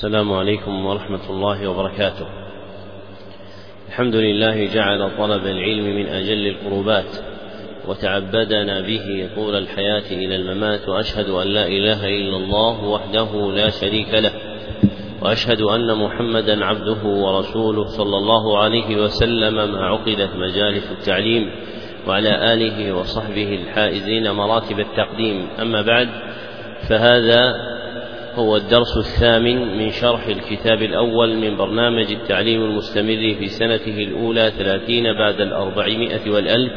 السلام عليكم ورحمة الله وبركاته. الحمد لله جعل طلب العلم من أجل القربات وتعبدنا به طول الحياة إلى الممات، وأشهد أن لا إله إلا الله وحده لا شريك له، وأشهد أن محمدا عبده ورسوله صلى الله عليه وسلم ما عقدت مجالس التعليم، وعلى آله وصحبه الحائزين مراتب التقديم. أما بعد، فهذا هو الدرس الثامن من شرح الكتاب الأول من برنامج التعليم المستمر في سنته الأولى 30 بعد 400 والألف،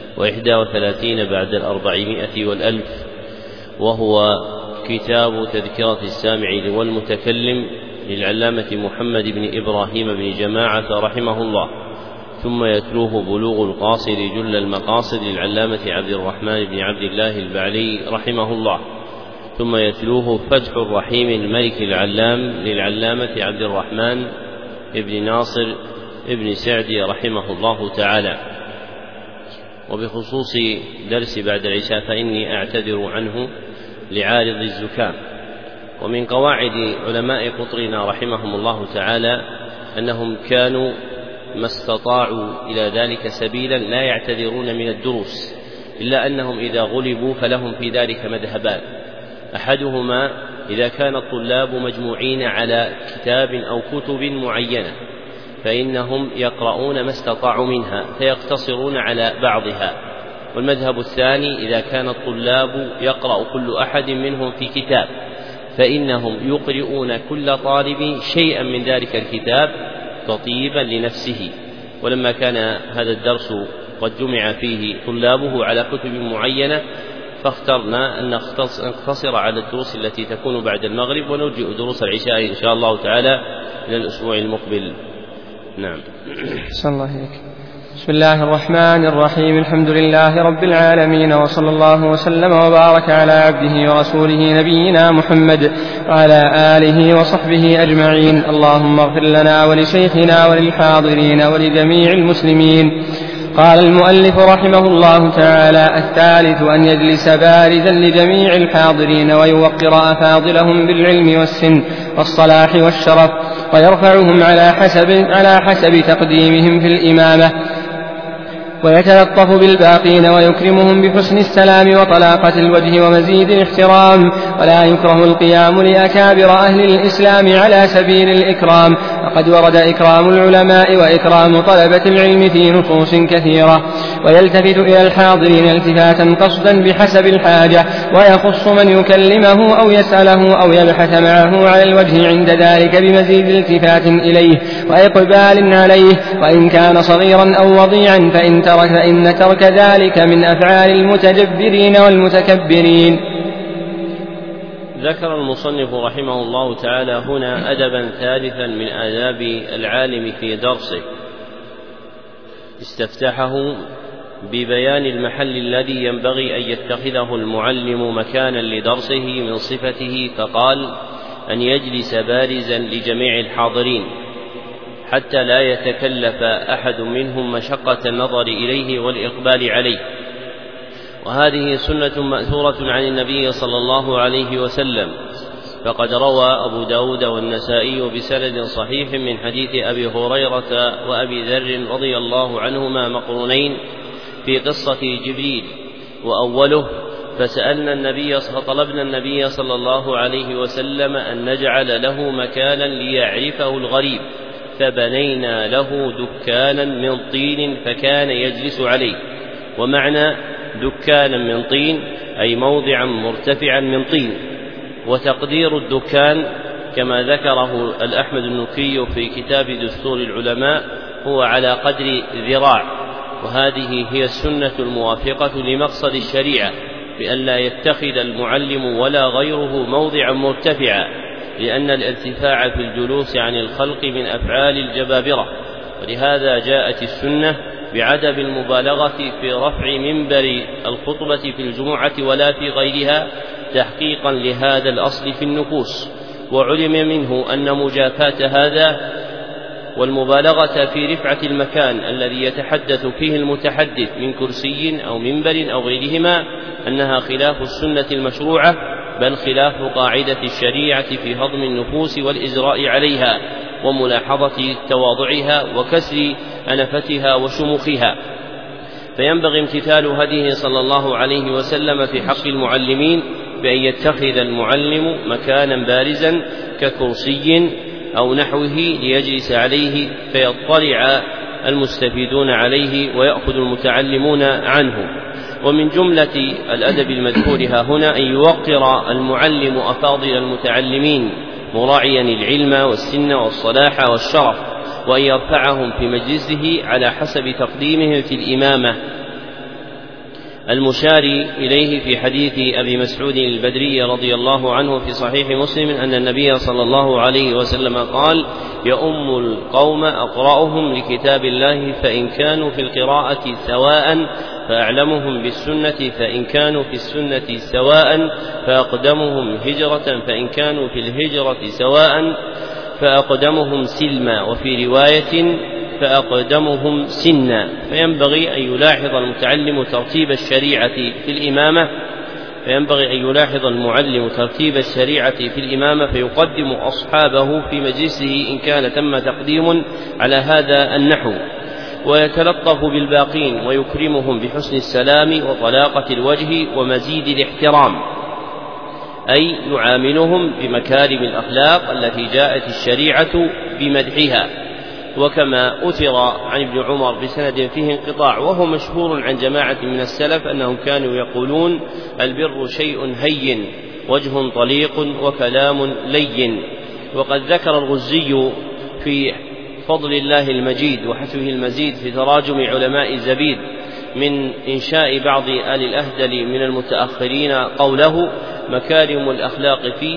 31 بعد 400 والألف، وهو كتاب تذكرة السامع والمتكلم للعلامة محمد بن إبراهيم بن جماعة رحمه الله، ثم يتلوه بلوغ القاصد جل المقاصد للعلامة عبد الرحمن بن عبد الله البعلي رحمه الله، ثم يتلوه فتح الرحيم الملك العلام للعلامة عبد الرحمن بن ناصر بن سعدي رحمه الله تعالى. وبخصوص درس بعد العشاء فإني أعتذر عنه لعارض الزكام. ومن قواعد علماء قطرنا رحمهم الله تعالى أنهم كانوا ما استطاعوا إلى ذلك سبيلا لا يعتذرون من الدروس، إلا أنهم إذا غلبوا فلهم في ذلك مذهبان: أحدهما إذا كان الطلاب مجموعين على كتاب أو كتب معينة فإنهم يقرؤون ما استطاعوا منها فيقتصرون على بعضها، والمذهب الثاني إذا كان الطلاب يقرأ كل أحد منهم في كتاب فإنهم يقرؤون كل طالب شيئا من ذلك الكتاب تطيبا لنفسه. ولما كان هذا الدرس قد جمع فيه طلابه على كتب معينة فاخترنا أن نقتصر على الدروس التي تكون بعد المغرب، ونرجئ دروس العشاء إن شاء الله تعالى إلى الأسبوع المقبل. نعم. صلى الله عليك. بسم الله الرحمن الرحيم. الحمد لله رب العالمين، وصلى الله وسلم وبارك على عبده ورسوله نبينا محمد وعلى آله وصحبه أجمعين. اللهم اغفر لنا ولشيخنا وللحاضرين ولجميع المسلمين. قال المؤلف رحمه الله تعالى: الثالث أن يجلس بارزا لجميع الحاضرين ويوقر أفاضلهم بالعلم والسن والصلاح والشرف، ويرفعهم على حسب تقديمهم في الإمامة، ويتلطف بالباقين ويكرمهم بحسن السلام وطلاقة الوجه ومزيد الاحترام، ولا يكره القيام لأكابر أهل الإسلام على سبيل الإكرام، وقد ورد إكرام العلماء وإكرام طلبة العلم في نصوص كثيرة. ويلتفت إلى الحاضرين التفاتا قصدا بحسب الحاجة، ويخص من يكلمه أو يسأله أو يبحث معه على الوجه عند ذلك بمزيد التفات إليه وإقبال عليه، وإن كان صغيرا أو وضيعا فإن ترك ذلك من أفعال المتجبرين والمتكبرين. ذكر المصنف رحمه الله تعالى هنا أدبا ثالثا من آداب العالم في درسه، استفتحه ببيان المحل الذي ينبغي أن يتخذه المعلم مكانا لدرسه من صفته، فقال: أن يجلس بارزا لجميع الحاضرين حتى لا يتكلف أحد منهم مشقة النظر إليه والإقبال عليه. وهذه سنة مأثورة عن النبي صلى الله عليه وسلم، فقد روى أبو داود والنسائي بسند صحيح من حديث أبي هريرة وأبي ذر رضي الله عنهما مقرونين في قصة جبريل، وأوله: فطلبنا النبي صلى الله عليه وسلم أن نجعل له مكانا ليعرفه الغريب، فبنينا له دكانا من طين فكان يجلس عليه. ومعنى دكانا من طين أي موضعا مرتفعا من طين. وتقدير الدكان كما ذكره الأحمد النكي في كتاب دستور العلماء هو على قدر ذراع، وهذه هي السنة الموافقة لمقصد الشريعة، بأن لا يتخذ المعلم ولا غيره موضعا مرتفعا، لأن الارتفاع في الجلوس عن الخلق من أفعال الجبابرة. ولهذا جاءت السنة بعدم المبالغة في رفع منبر الخطبة في الجمعة ولا في غيرها تحقيقا لهذا الأصل في النفوس. وعلم منه أن مجافاة هذا والمبالغة في رفعة المكان الذي يتحدث فيه المتحدث من كرسي أو منبر أو غيرهما أنها خلاف السنة المشروعة، بل خلاف قاعدة الشريعة في هضم النفوس والإجراء عليها وملاحظة تواضعها وكسر أنفتها وشموخها. فينبغي امتثال هديه صلى الله عليه وسلم في حق المعلمين بأن يتخذ المعلم مكانا بارزا ككرسي أو نحوه ليجلس عليه فيطلع المستفيدون عليه ويأخذ المتعلمون عنه. ومن جملة الأدب المذكور هنا أن يوقر المعلم أفاضل المتعلمين مراعيا العلم والسن والصلاح والشرف، وأن يرفعهم في مجلسه على حسب تقديمهم في الإمامة، المشار إليه في حديث أبي مسعود البدري رضي الله عنه في صحيح مسلم أن النبي صلى الله عليه وسلم قال: يؤم القوم أقرأهم لكتاب الله فإن كانوا في القراءة سواء فأعلمهم بالسنة، فإن كانوا في السنة سواء فأقدمهم هجرة، فإن كانوا في الهجرة سواء فأقدمهم سلما، وفي رواية فأقدمهم سنا. فينبغي أن يلاحظ المتعلم ترتيب الشريعة في الإمامة، فيقدم أصحابه في مجلسه إن كان تم تقديم على هذا النحو، ويتلطف بالباقين ويكرمهم بحسن السلام وطلاقة الوجه ومزيد الاحترام، أي يعاملهم بمكارم الأخلاق التي جاءت الشريعة بمدحها. وكما أثر عن ابن عمر بسند فيه انقطاع وهو مشهور عن جماعة من السلف أنهم كانوا يقولون: البر شيء هين، وجه طليق، وكلام لين. وقد ذكر الغزي في فضل الله المجيد وحثه المزيد في تراجم علماء الزبيد من إنشاء بعض آل الأهدل من المتأخرين قوله: مكارم الأخلاق في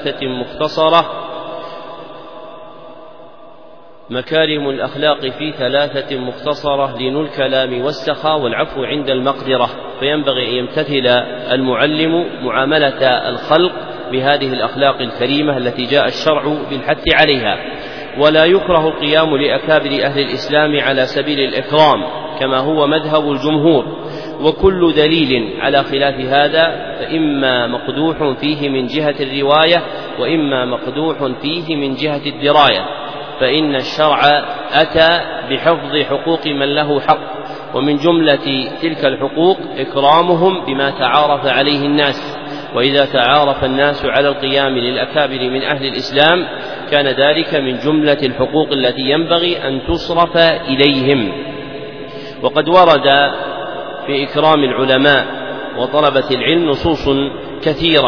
ثلاثة مختصرة لين الكلام والسخاء والعفو عند المقدرة. فينبغي أن يمتثل المعلم معاملة الخلق بهذه الأخلاق الكريمة التي جاء الشرع بالحث عليها، ولا يكره القيام لأكابر أهل الإسلام على سبيل الإكرام كما هو مذهب الجمهور، وكل دليل على خلاف هذا فإما مقدوح فيه من جهة الرواية وإما مقدوح فيه من جهة الدراية، فإن الشرع أتى بحفظ حقوق من له حق، ومن جملة تلك الحقوق إكرامهم بما تعارف عليه الناس. وإذا تعارف الناس على القيام للأكابر من أهل الإسلام كان ذلك من جملة الحقوق التي ينبغي أن تصرف إليهم. وقد ورد في إكرام العلماء وطلبة العلم نصوص كثيرة.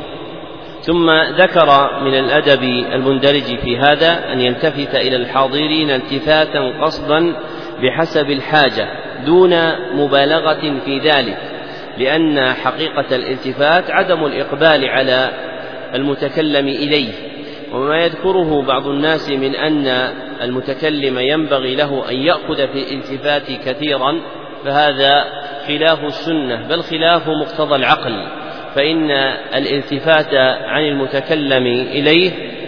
ثم ذكر من الأدب المندرج في هذا أن يلتفت إلى الحاضرين التفاتا قصدا بحسب الحاجة دون مبالغة في ذلك، لأن حقيقة الالتفات عدم الإقبال على المتكلم إليه. وما يذكره بعض الناس من أن المتكلم ينبغي له أن يأخذ في الالتفات كثيرا فهذا خلاف السنة، بل خلاف مقتضى العقل، فإن الالتفات عن المتكلم إليه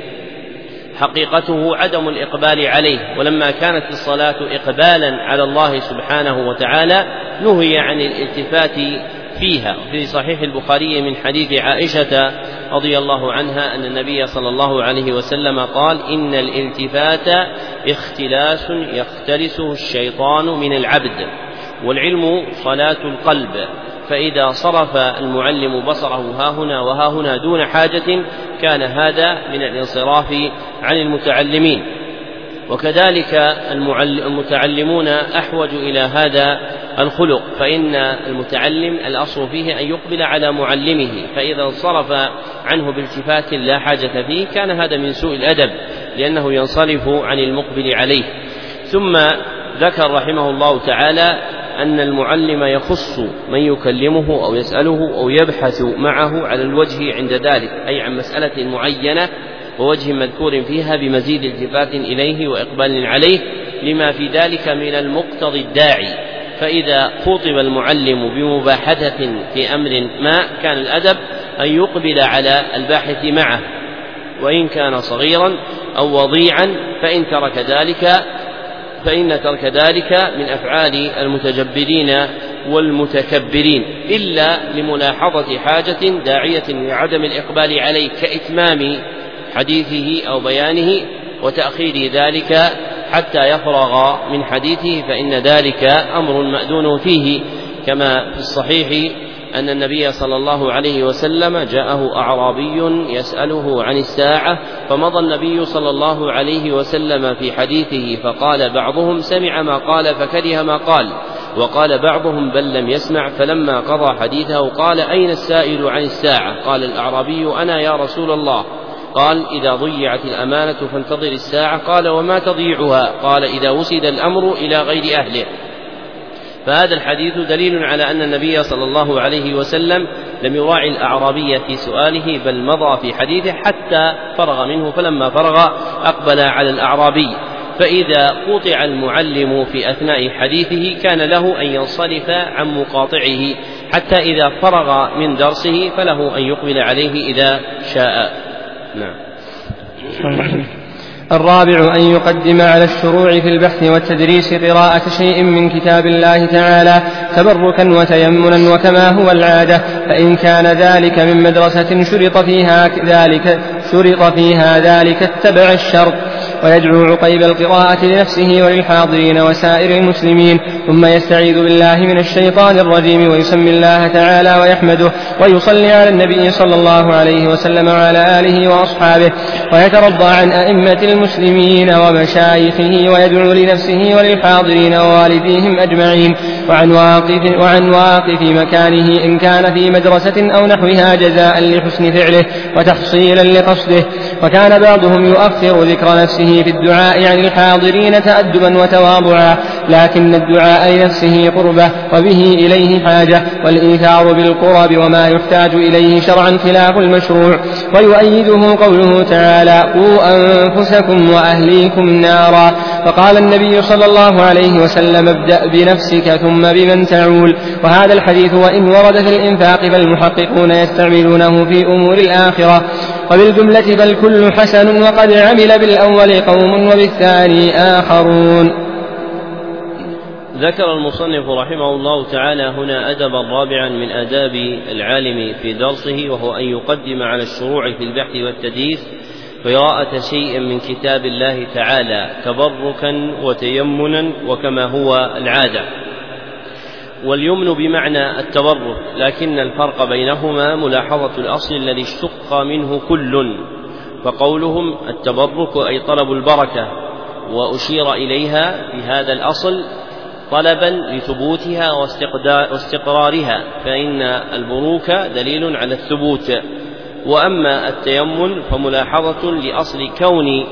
حقيقته عدم الإقبال عليه. ولما كانت الصلاة إقبالا على الله سبحانه وتعالى نهي عن الالتفات فيها. في صحيح البخاري من حديث عائشة رضي الله عنها أن النبي صلى الله عليه وسلم قال: إن الالتفات اختلاس يختلسه الشيطان من العبد، والعلم صلاة القلب، فإذا صرف المعلم بصره هاهنا وهاهنا دون حاجة كان هذا من الانصراف عن المتعلمين. وكذلك المتعلمون أحوج إلى هذا الخلق، فإن المتعلم الأصل فيه أن يقبل على معلمه، فإذا انصرف عنه بالتفات لا حاجة فيه كان هذا من سوء الأدب، لأنه ينصرف عن المقبل عليه. ثم ذكر رحمه الله تعالى أن المعلم يخص من يكلمه أو يسأله أو يبحث معه على الوجه عند ذلك، أي عن مسألة معينة ووجه مذكور فيها بمزيد التفات إليه وإقبال عليه لما في ذلك من المقتضي الداعي. فإذا خطب المعلم بمباحثة في أمر ما كان الأدب أن يقبل على الباحث معه وإن كان صغيرا أو وضيعا، فإن ترك ذلك من أفعال المتجبرين والمتكبرين، إلا لملاحظة حاجة داعية لعدم الإقبال عليه كإتمام حديثه أو بيانه وتأخير ذلك حتى يفرغ من حديثه، فإن ذلك أمر مأذون فيه، كما في الصحيح أن النبي صلى الله عليه وسلم جاءه أعرابي يسأله عن الساعة، فمضى النبي صلى الله عليه وسلم في حديثه، فقال بعضهم سمع ما قال فكره ما قال، وقال بعضهم بل لم يسمع، فلما قضى حديثه قال أين السائل عن الساعة؟ قال الأعرابي أنا يا رسول الله. قال إذا ضيعت الأمانة فانتظر الساعة. قال وما تضيعها؟ قال إذا وسد الأمر إلى غير أهله. فهذا الحديث دليل على أن النبي صلى الله عليه وسلم لم يراعي الأعرابي في سؤاله، بل مضى في حديثه حتى فرغ منه، فلما فرغ أقبل على الأعرابي. فإذا قطع المعلم في أثناء حديثه كان له أن ينصرف عن مقاطعه حتى إذا فرغ من درسه فله أن يقبل عليه إذا شاء. نعم. الرابع أن يقدم على الشروع في البحث والتدريس قراءة شيء من كتاب الله تعالى تبركا وتيمنا وكما هو العادة، فإن كان ذلك من مدرسة شرط فيها ذلك اتبع الشرط، ويدعو عقيب القراءة لنفسه وللحاضرين وسائر المسلمين، ثم يستعيذ بالله من الشيطان الرجيم ويسمي الله تعالى ويحمده ويصلي على النبي صلى الله عليه وسلم وعلى آله وأصحابه، ويترضى عن أئمة المسلمين ومشايخه، ويدعو لنفسه وللحاضرين ووالديهم أجمعين، وعن واقف مكانه إن كان في مدرسة أو نحوها جزاء لحسن فعله وتحصيلا لقصده. وكان بعضهم يؤخر ذكر نفسه في الدعاء عن الحاضرين تأدبا وتواضعا، لكن الدعاء لنفسه قربة وبه إليه حاجة، والإيثار بالقرب وما يحتاج إليه شرعا خلاف المشروع. ويؤيده قوله تعالى قوا أنفسكم وأهليكم نارا، فقال النبي صلى الله عليه وسلم ابدأ بنفسك ثم بمن تعول. وهذا الحديث وإن ورد في الإنفاق فالمحققون يستعملونه في أمور الآخرة، وبالجملة فالكل حسن، وقد عمل بالأول قوم وبالثاني آخرون. ذكر المصنف رحمه الله تعالى هنا أدبا رابعا من آداب العالم في درسه، وهو أن يقدم على الشروع في البحث والتدريس قراءة شيء من كتاب الله تعالى تبركا وتيمنا وكما هو العادة. واليمن بمعنى التبرك، لكن الفرق بينهما ملاحظة الأصل الذي اشتق منه كل، فقولهم التبرك أي طلب البركة، وأشير إليها في هذا الأصل طلبا لثبوتها واستقرارها، فإن البروك دليل على الثبوت. وأما التيمن فملاحظة لأصل كون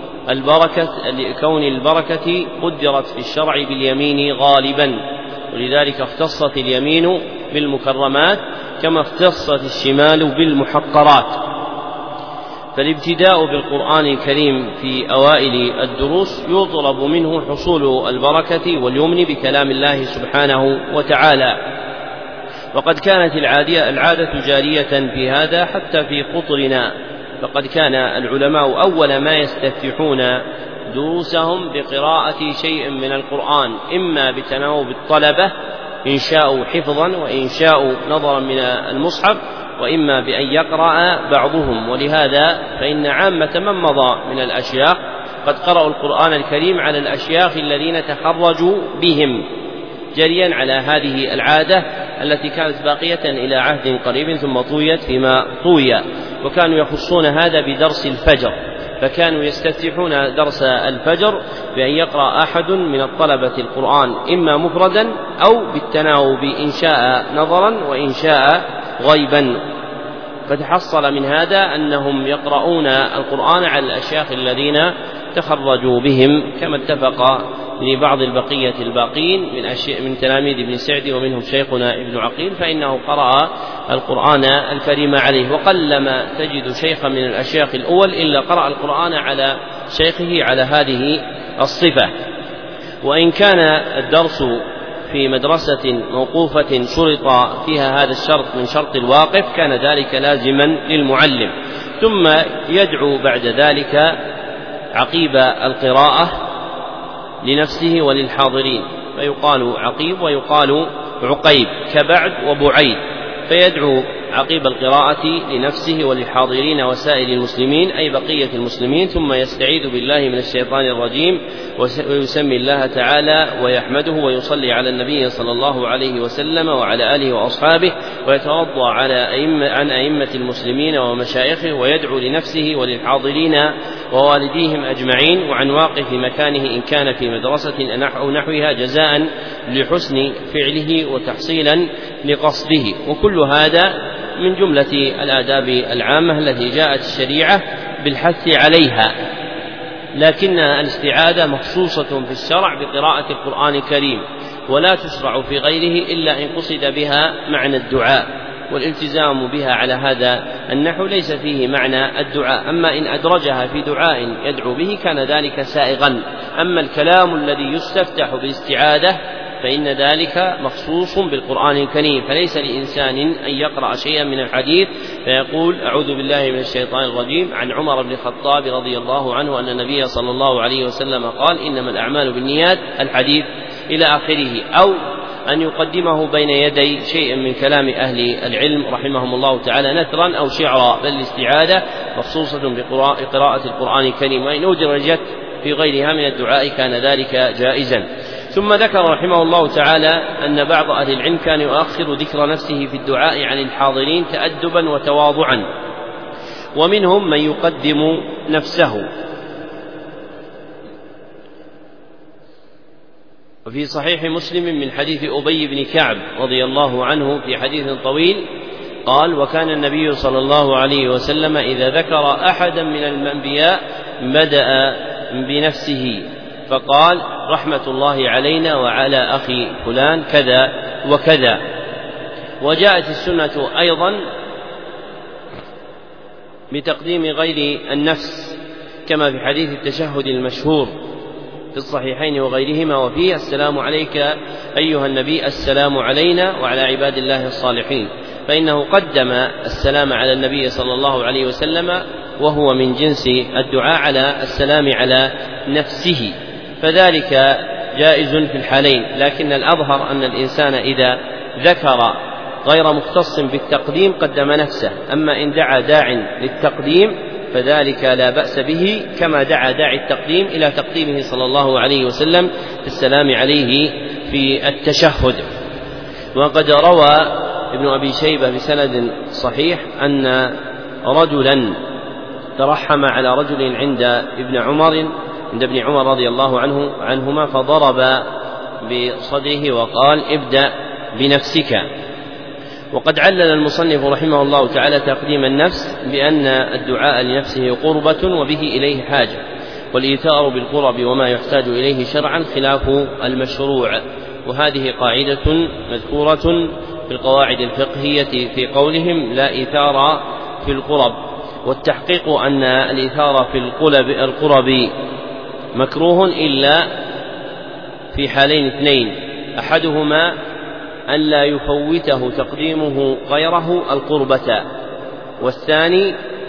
البركة قدرت في الشرع باليمين غالبا، ولذلك اختصت اليمين بالمكرمات كما اختصت الشمال بالمحقرات. فالابتداء بالقرآن الكريم في أوائل الدروس يطلب منه حصول البركة واليمن بكلام الله سبحانه وتعالى، وقد كانت العادة جارية في هذا حتى في قطرنا، فقد كان العلماء أول ما يستفتحون دروسهم بقراءة شيء من القرآن، إما بتناوب الطلبة إن شاءوا حفظا وإن شاءوا نظرا من المصحف، وإما بأن يقرأ بعضهم. ولهذا فإن عامة من مضى من الأشياخ قد قرأوا القرآن الكريم على الأشياخ الذين تخرجوا بهم، جريا على هذه العادة التي كانت باقية إلى عهد قريب ثم طويت فيما طوي. وكانوا يخصون هذا بدرس الفجر، فكانوا يستفتحون درس الفجر بأن يقرأ أحد من الطلبة القرآن إما مفردا أو بالتناوب إن شاء نظرا وإن شاء غيبا. فتحصل من هذا أنهم يقرؤون القرآن على الأشياخ الذين تخرجوا بهم، كما اتفق لبعض البقية الباقين من تلاميذ ابن سعدي ومنهم شيخنا ابن عقيل، فإنه قرأ القرآن الكريم عليه. وقلما تجد شيخا من الأشياخ الأول إلا قرأ القرآن على شيخه على هذه الصفة. وإن كان الدرس في مدرسة موقوفة شرط فيها هذا الشرط من شرط الواقف كان ذلك لازما للمعلم، ثم يدعو بعد ذلك عقيب القراءة لنفسه وللحاضرين، فيقال عقيب ويقال عقيب كبعد وبعيد، فيدعو عقيب القراءة لنفسه وللحاضرين وسائر المسلمين أي بقية المسلمين، ثم يستعيذ بالله من الشيطان الرجيم ويسمي الله تعالى ويحمده ويصلي على النبي صلى الله عليه وسلم وعلى آله وأصحابه، ويتوضأ عن أئمة المسلمين ومشايخه، ويدعو لنفسه وللحاضرين ووالديهم أجمعين، وعن واقف مكانه إن كان في مدرسة أو نحوها جزاء لحسن فعله وتحصيلا لقصده. وكل هذا من جملة الآداب العامة التي جاءت الشريعة بالحث عليها، لكن الاستعاذة مخصوصة في الشرع بقراءة القرآن الكريم، ولا تشرع في غيره إلا إن قصد بها معنى الدعاء، والالتزام بها على هذا النحو ليس فيه معنى الدعاء. أما إن أدرجها في دعاء يدعو به كان ذلك سائغا. أما الكلام الذي يستفتح بالاستعاذة فإن ذلك مخصوص بالقرآن الكريم، فليس لإنسان أن يقرأ شيئا من الحديث فيقول أعوذ بالله من الشيطان الرجيم عن عمر بن الخطاب رضي الله عنه أن النبي صلى الله عليه وسلم قال إنما الأعمال بالنيات الحديث إلى آخره، أو أن يقدمه بين يدي شيء من كلام أهل العلم رحمهم الله تعالى نثرا أو شعرا، بل الاستعاذة مخصوصة بقراءة القرآن الكريم، وإن أدرجت في غيرها من الدعاء كان ذلك جائزا. ثم ذكر رحمه الله تعالى أن بعض أهل العلم كان يؤخر ذكر نفسه في الدعاء عن الحاضرين تأدبا وتواضعا، ومنهم من يقدم نفسه. وفي صحيح مسلم من حديث أبي بن كعب رضي الله عنه في حديث طويل قال وكان النبي صلى الله عليه وسلم إذا ذكر أحدا من الأنبياء بدأ بنفسه فقال رحمة الله علينا وعلى أخي فلان كذا وكذا. وجاءت السنة أيضا بتقديم غير النفس كما في حديث التشهد المشهور في الصحيحين وغيرهما، وفيه السلام عليك أيها النبي السلام علينا وعلى عباد الله الصالحين، فإنه قدم السلام على النبي صلى الله عليه وسلم وهو من جنس الدعاء على السلام على نفسه، فذلك جائز في الحالين. لكن الأظهر أن الإنسان إذا ذكر غير مختص بالتقديم قدم نفسه، أما إن دعا داع للتقديم فذلك لا بأس به، كما دعا داعي التقديم إلى تقديمه صلى الله عليه وسلم في السلام عليه في التشهد. وقد روى ابن أبي شيبة بسند صحيح أن رجلا ترحم على رجل عند ابن عمر رضي الله عنهما فضرب بصدره وقال ابدأ بنفسك. وقد علل المصنف رحمه الله تعالى تقديم النفس بأن الدعاء لنفسه قربة وبه إليه حاجة، والإيثار بالقرب وما يحتاج إليه شرعا خلاف المشروع، وهذه قاعدة مذكورة في القواعد الفقهية في قولهم لا إيثار في القرب. والتحقيق أن الإيثار في القرب مكروه إلا في حالين اثنين، أحدهما أن لا يفوته تقديمه غيره القربة، والثاني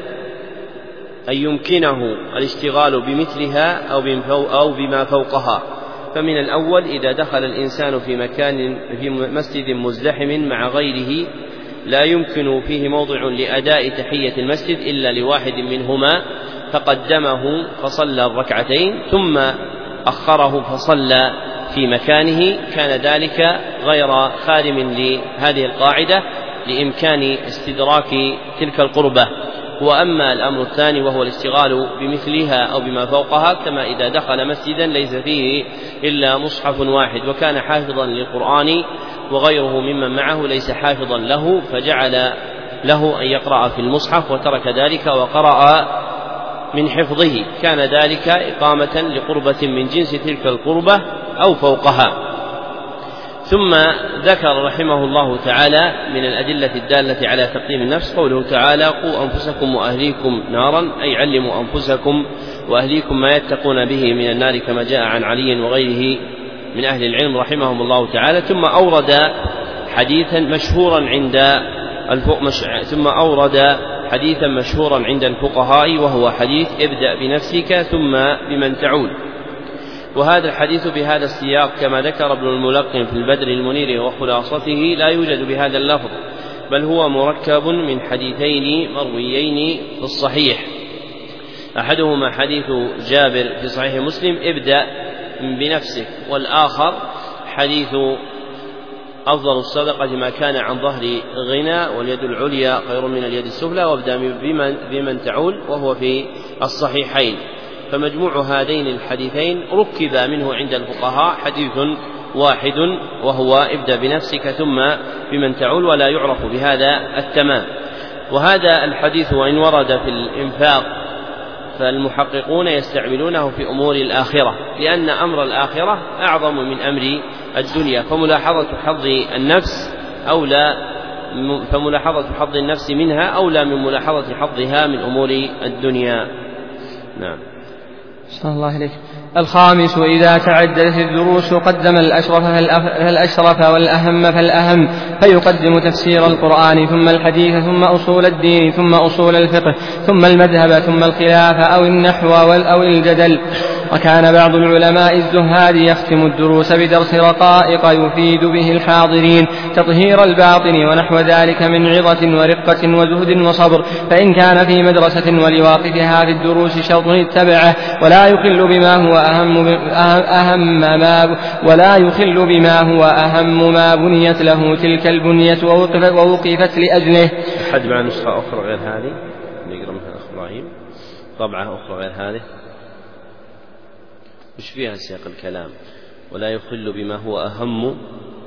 أن يمكنه الاشتغال بمثلها أو بما فوقها. فمن الأول إذا دخل الإنسان في مسجد مزدحم مع غيره لا يمكن فيه موضع لأداء تحية المسجد إلا لواحد منهما فقدمه فصلى الركعتين ثم أخره فصلى في مكانه، كان ذلك غير خادم لهذه القاعدة لإمكان استدراك تلك القربة. وأما الأمر الثاني وهو الاشتغال بمثلها أو بما فوقها، كما إذا دخل مسجدا ليس فيه إلا مصحف واحد وكان حافظا للقرآن وغيره ممن معه ليس حافظا له فجعل له أن يقرأ في المصحف وترك ذلك وقرأ من حفظه، كان ذلك إقامة لقربة من جنس تلك القربة أو فوقها. ثم ذكر رحمه الله تعالى من الأدلة الدالة على تقديم النفس قوله تعالى قوا أنفسكم وأهليكم نارا، أي علموا أنفسكم وأهليكم ما يتقون به من النار، كما جاء عن علي وغيره من أهل العلم رحمهم الله تعالى. ثم أورد حديثا مشهورا عند الفقهاء وهو حديث ابدأ بنفسك ثم بمن تعول. وهذا الحديث بهذا السياق كما ذكر ابن الملقن في البدر المنير وخلاصته لا يوجد بهذا اللفظ، بل هو مركب من حديثين مرويين في الصحيح، أحدهما حديث جابر في صحيح مسلم ابدأ بنفسك، والآخر حديث أفضل الصدقة ما كان عن ظهر غنى واليد العليا خير من اليد السفلى وابدأ بمن تعول، وهو في الصحيحين. فمجموع هذين الحديثين ركب منه عند الفقهاء حديث واحد، وهو ابدأ بنفسك ثم بمن تعول، ولا يعرف بهذا التمام. وهذا الحديث وإن ورد في الإنفاق فالمحققون يستعملونه في أمور الآخرة، لأن أمر الآخرة أعظم من أمر الدنيا، فملاحظة حظ النفس منها أولى من ملاحظة حظها من أمور الدنيا. نعم. صلى الله عليه. الخامس: إذا تعددت الدروس قدم الأشرف والأهم فالأهم، فيقدم تفسير القرآن ثم الحديث ثم أصول الدين ثم أصول الفقه ثم المذهب ثم الخلاف أو النحو أو الجدل. وكان بعض العلماء الزهاد يختم الدروس بدرس رقائق يفيد به الحاضرين تطهير الباطن ونحو ذلك من عظة ورقة وزهد وصبر، فإن كان في مدرسة ولواقفها في الدروس شرط اتبعه ولا يخل بما هو أهم ما بنيت له تلك البنية ووقفت لأجله. أحد مع نسخة أخرى غير هذه نقرأ مثلا إبراهيم طبعة أخرى غير هذه مش فيها سياق الكلام ولا يخل بما هو أهم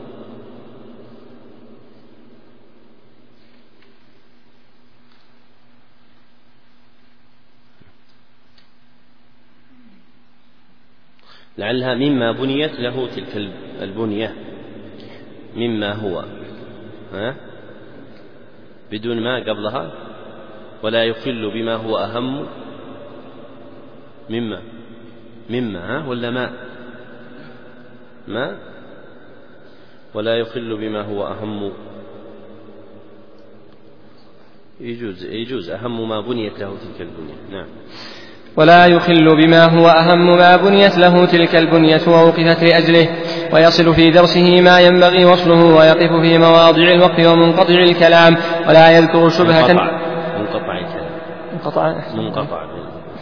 لعلها مما بنيت له تلك البنية مما هو بدون ما قبلها ولا يخل بما هو أهم مما ولا ما ولا يخل بما هو أهم يجوز أهم ما بنيت له تلك البنية. نعم. ولا يخل بما هو أهم ما بنيت له تلك البنية ووقفت لأجله، ويصل في درسه ما ينبغي وصله ويقف في مواضع الوقف ومنقطع الكلام ولا يذكر شبهة منقطع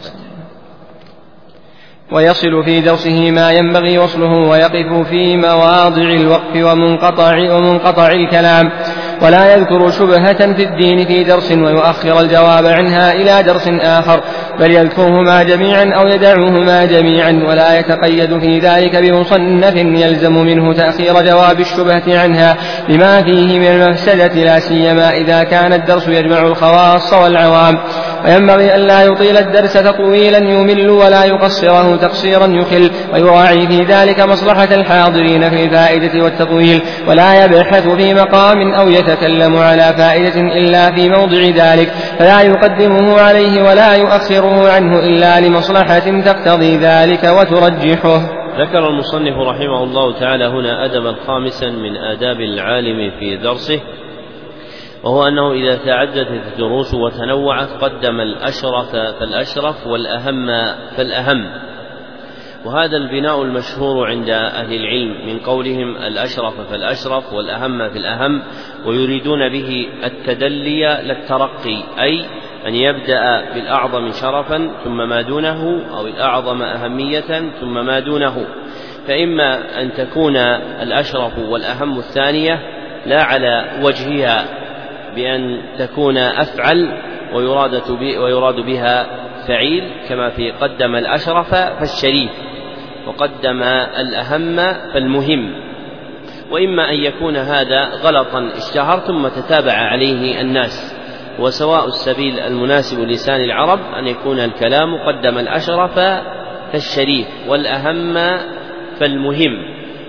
ويصل في درسه ما ينبغي وصله ويقف في مواضع الوقف ومنقطع الكلام ولا يذكر شبهة في الدين في درس ويؤخر الجواب عنها إلى درس آخر، بل يذكرهما جميعا أو يدعوهما جميعا، ولا يتقيد في ذلك بمصنف يلزم منه تأخير جواب الشبهة عنها لما فيه من المفسدة، لا سيما إذا كان الدرس يجمع الخواص والعوام. وينبغي أن لا يطيل الدرس تطويلا يمل ولا يقصره تقصيرا يخل، ويراعي في ذلك مصلحة الحاضرين في الفائدة والتطويل، ولا يبحث في مقام أو يتكلم على فائدة إلا في موضع ذلك، فلا يقدمه عليه ولا يؤخره عنه إلا لمصلحة تقتضي ذلك وترجحه. ذكر المصنف رحمه الله تعالى هنا أدبا خامسا من آداب العالم في درسه، وهو أنه إذا تعددت الدروس وتنوعت قدم الأشرف فالأشرف والأهم فالأهم. وهذا البناء المشهور عند أهل العلم من قولهم الأشرف فالأشرف والأهم فالأهم، ويريدون به التدلي للترقي، أي أن يبدأ بالأعظم شرفا ثم ما دونه، أو الأعظم أهمية ثم ما دونه، فإما أن تكون الأشرف والأهم الثانية لا على وجهها بأن تكون أفعل ويراد بها فعيل، كما في قدم الأشرف فالشريف وقدم الأهم فالمهم، وإما أن يكون هذا غلطا اشتهر ثم تتابع عليه الناس. وسواء السبيل المناسب لسان العرب أن يكون الكلام قدم الأشرف فالشريف والأهم فالمهم،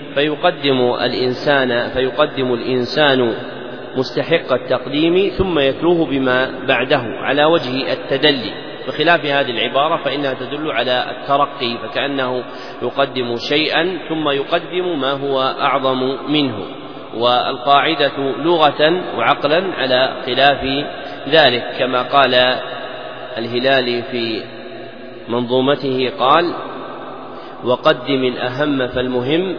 فيقدم الإنسان مستحق التقديم ثم يتلوه بما بعده على وجه التدلي، بخلاف هذه العبارة فإنها تدل على الترقي، فكأنه يقدم شيئا ثم يقدم ما هو أعظم منه. والقاعدة لغة وعقلا على خلاف ذلك، كما قال الهلالي في منظومته قال: وقدم الأهم فالمهم،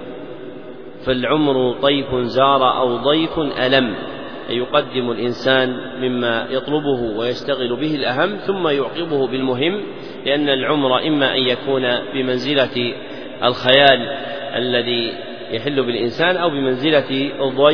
فالعمر طيف زار أو ضيف ألم. أي يقدم الإنسان مما يطلبه ويشتغل به الأهم ثم يعقبه بالمهم، لأن العمر إما أن يكون بمنزلة الخيال الذي يحل بالإنسان أو بمنزلة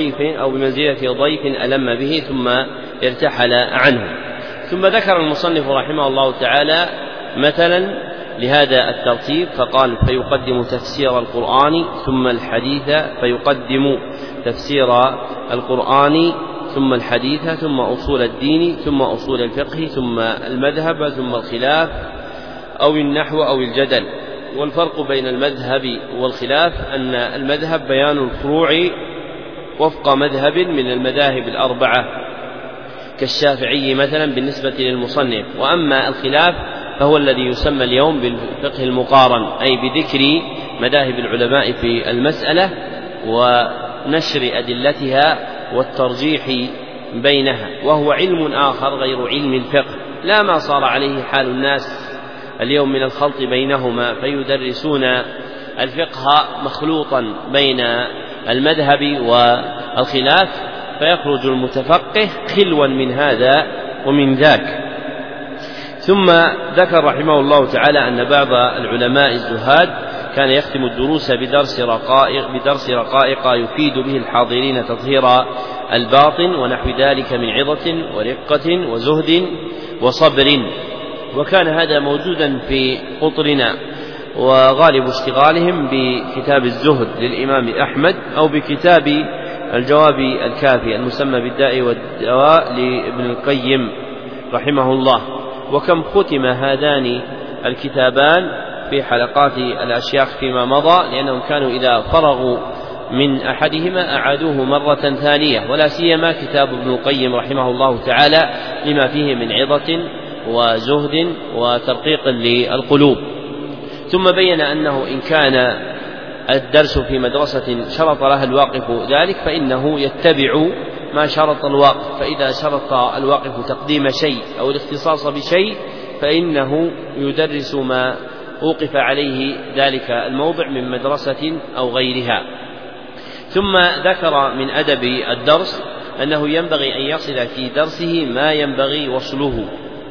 ضيف ألم به ثم ارتحل عنه. ثم ذكر المصنف رحمه الله تعالى مثلا لهذا الترتيب فقال: فيقدم تفسير القرآن ثم الحديث، فيقدم تفسير القرآن ثم الحديث ثم أصول الدين ثم أصول الفقه ثم المذهب ثم الخلاف أو النحو أو الجدل. والفرق بين المذهب والخلاف أن المذهب بيان الفروع وفق مذهب من المذاهب الأربعة كالشافعي مثلا بالنسبة للمصنف، وأما الخلاف فهو الذي يسمى اليوم بالفقه المقارن، أي بذكر مذاهب العلماء في المسألة ونشر أدلتها والترجيح بينها، وهو علم آخر غير علم الفقه، لا ما صار عليه حال الناس اليوم من الخلط بينهما، فيدرسون الفقه مخلوطا بين المذهب والخلاف، فيخرج المتفقه خلوا من هذا ومن ذاك. ثم ذكر رحمه الله تعالى أن بعض العلماء الزهاد كان يختم الدروس بدرس رقائق يفيد به الحاضرين تطهير الباطن ونحو ذلك من عظة ورقة وزهد وصبر، وكان هذا موجودا في قطرنا، وغالب اشتغالهم بكتاب الزهد للإمام أحمد أو بكتاب الجواب الكافي المسمى بالداء والدواء لابن القيم رحمه الله. وكم ختم هذان الكتابان في حلقات الأشياخ فيما مضى، لأنهم كانوا إذا فرغوا من أحدهما أعادوه مرة ثانية، ولا سيما كتاب ابن القيم رحمه الله تعالى لما فيه من عظة وزهد وترقيق للقلوب. ثم بين أنه إن كان الدرس في مدرسة شرط لها الواقف ذلك فإنه يتبع ما شرط الواقف، فإذا شرط الواقف تقديم شيء أو الاختصاص بشيء فإنه يدرس ما أوقف عليه ذلك الموضع من مدرسة أو غيرها. ثم ذكر من أدب الدرس أنه ينبغي أن يصل في درسه ما ينبغي وصله،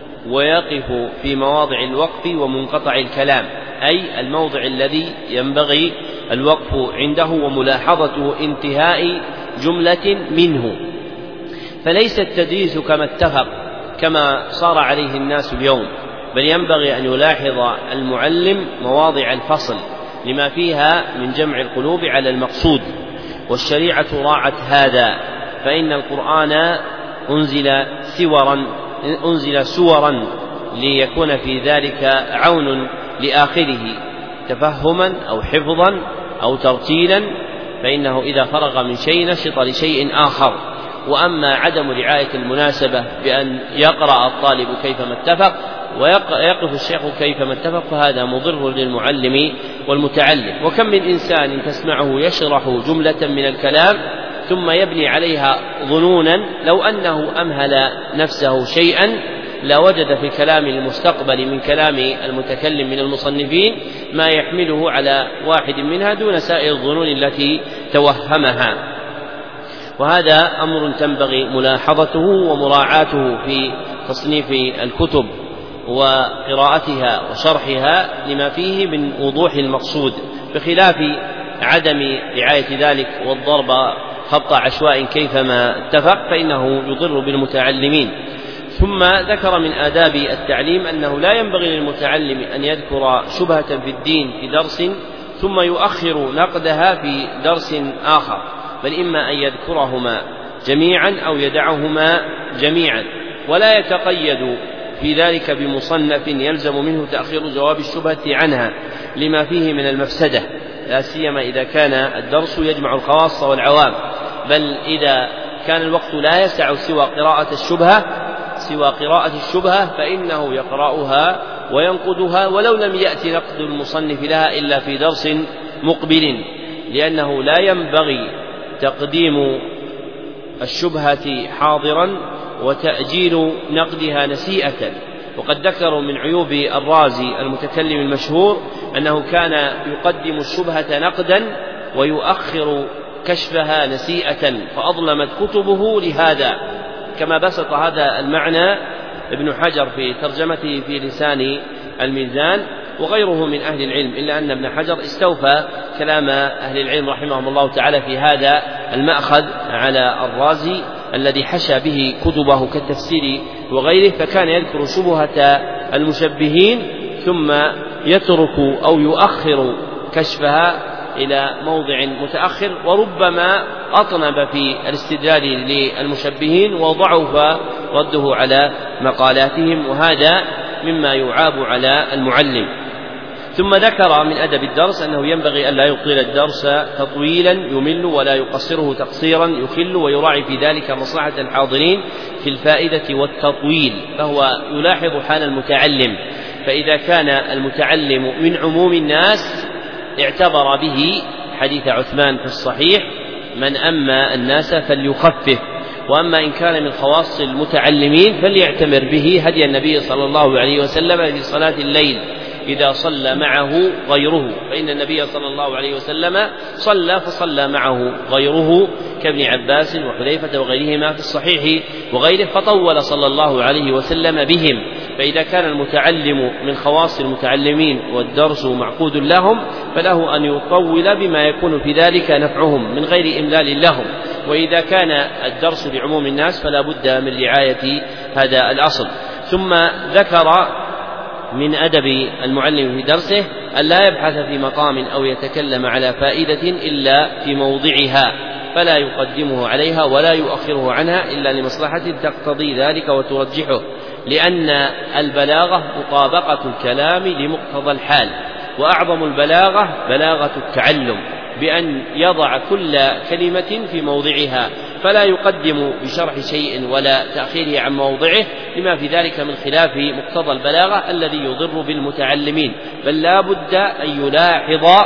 ويقف في مواضع الوقف ومنقطع الكلام، أي الموضع الذي ينبغي الوقف عنده وملاحظة انتهاء جملة منه. فليس التدريس كما اتفق كما صار عليه الناس اليوم، بل ينبغي أن يلاحظ المعلم مواضع الفصل لما فيها من جمع القلوب على المقصود، والشريعة راعت هذا، فإن القرآن أنزل سورا ليكون في ذلك عون لآخره تفهما أو حفظا أو ترتيلا، فإنه إذا فرغ من شيء نشط لشيء آخر. وأما عدم رعاية المناسبة بأن يقرأ الطالب كيفما اتفق ويقف الشيخ كيفما اتفق فهذا مضر للمعلم والمتعلم. وكم من إنسان تسمعه يشرح جملة من الكلام ثم يبني عليها ظنونا لو أنه أمهل نفسه شيئا لوجد في كلام المستقبل من كلام المتكلم من المصنفين ما يحمله على واحد منها دون سائر الظنون التي توهمها. وهذا أمر تنبغي ملاحظته ومراعاته في تصنيف الكتب وقراءتها وشرحها لما فيه من وضوح المقصود، بخلاف عدم رعاية ذلك والضرب خط عشواء كيفما اتفق فإنه يضر بالمتعلمين. ثم ذكر من آداب التعليم أنه لا ينبغي للمتعلم أن يذكر شبهة في الدين في درس ثم يؤخر نقدها في درس آخر، بل إما أن يذكرهما جميعا أو يدعهما جميعا، ولا يتقيد في ذلك بمصنف يلزم منه تأخير جواب الشبهة عنها لما فيه من المفسدة، لا سيما إذا كان الدرس يجمع الخواص والعوام، بل إذا كان الوقت لا يسع سوى قراءة الشبهة فإنه يقرأها وينقدها ولو لم يأتي نقد المصنف لها إلا في درس مقبل، لأنه لا ينبغي تقديم الشبهة حاضرا وتأجيل نقدها نسيئة، وقد ذكروا من عيوب الرازي المتكلم المشهور أنه كان يقدم الشبهة نقدا ويؤخر كشفها نسيئة، فأظلمت كتبه لهذا، كما بسط هذا المعنى ابن حجر في ترجمته في لسان الميزان وغيره من أهل العلم، إلا أن ابن حجر استوفى كلام أهل العلم رحمهم الله تعالى في هذا المأخذ على الرازي الذي حشى به كتبه كالتفسير وغيره، فكان يذكر شبهة المشبهين ثم يترك أو يؤخر كشفها إلى موضع متأخر، وربما أطنب في الاستدلال للمشبهين وضعف رده على مقالاتهم، وهذا مما يعاب على المعلم. ثم ذكر من أدب الدرس أنه ينبغي أن لا يطيل الدرس تطويلا يمل ولا يقصره تقصيرا يخل، ويراعي في ذلك مصلحة الحاضرين في الفائدة والتطويل، فهو يلاحظ حال المتعلم، فإذا كان المتعلم من عموم الناس اعتبر به حديث عثمان في الصحيح: من أما الناس فليخفف، وأما إن كان من خواص المتعلمين فليعتمر به هدي النبي صلى الله عليه وسلم في صلاة الليل إذا صلى معه غيره، فإن النبي صلى الله عليه وسلم صلى فصلى معه غيره كابن عباس وحذيفة وغيرهما في الصحيح وغيره، فطول صلى الله عليه وسلم بهم. فإذا كان المتعلم من خواص المتعلمين والدرس معقود لهم فله أن يطول بما يكون في ذلك نفعهم من غير إملال لهم، وإذا كان الدرس لعموم الناس فلا بد من رعاية هذا الأصل. ثم ذكر من أدب المعلم في درسه أن لا يبحث في مقام أو يتكلم على فائدة إلا في موضعها، فلا يقدمه عليها ولا يؤخره عنها إلا لمصلحة تقتضي ذلك وترجحه، لأن البلاغة مطابقة الكلام لمقتضى الحال، وأعظم البلاغة بلاغة التعلم بأن يضع كل كلمة في موضعها، فلا يقدم بشرح شيء ولا تأخيره عن موضعه لما في ذلك من خلاف مقتضى البلاغة الذي يضر بالمتعلمين، بل لا بد أن يلاحظ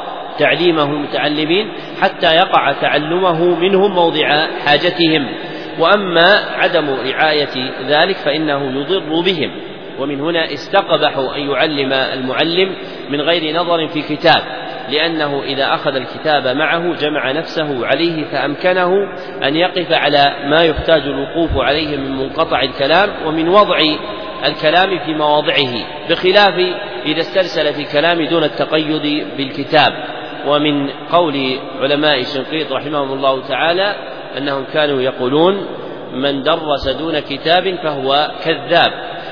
تعليمه المتعلمين حتى يقع تعلمه منهم موضع حاجتهم، وأما عدم رعاية ذلك فإنه يضر بهم. ومن هنا استقبحوا أن يعلم المعلم من غير نظر في كتاب، لأنه إذا أخذ الكتاب معه جمع نفسه عليه فأمكنه أن يقف على ما يحتاج الوقوف عليه من منقطع الكلام ومن وضع الكلام في مواضعه، بخلاف إذا استرسل في كلام دون التقيد بالكتاب. ومن قول علماء الشنقيط رحمهم الله تعالى أنهم كانوا يقولون: من درس دون كتاب فهو كذاب،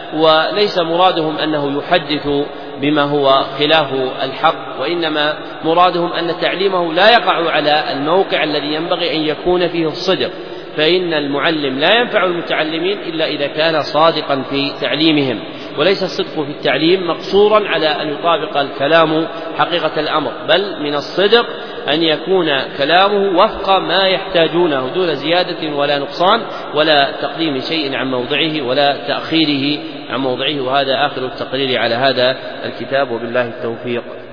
وليس مرادهم أنه يحدث بما هو خلاف الحق، وإنما مرادهم أن تعليمه لا يقع على الموقع الذي ينبغي أن يكون فيه الصدق، فإن المعلم لا ينفع المتعلمين إلا إذا كان صادقا في تعليمهم، وليس الصدق في التعليم مقصورا على أن يطابق الكلام حقيقة الأمر، بل من الصدق أن يكون كلامه وفق ما يحتاجونه دون زيادة ولا نقصان ولا تقديم شيء عن موضعه ولا تأخيره عن موضعه. وهذا آخر التقرير على هذا الكتاب، وبالله التوفيق.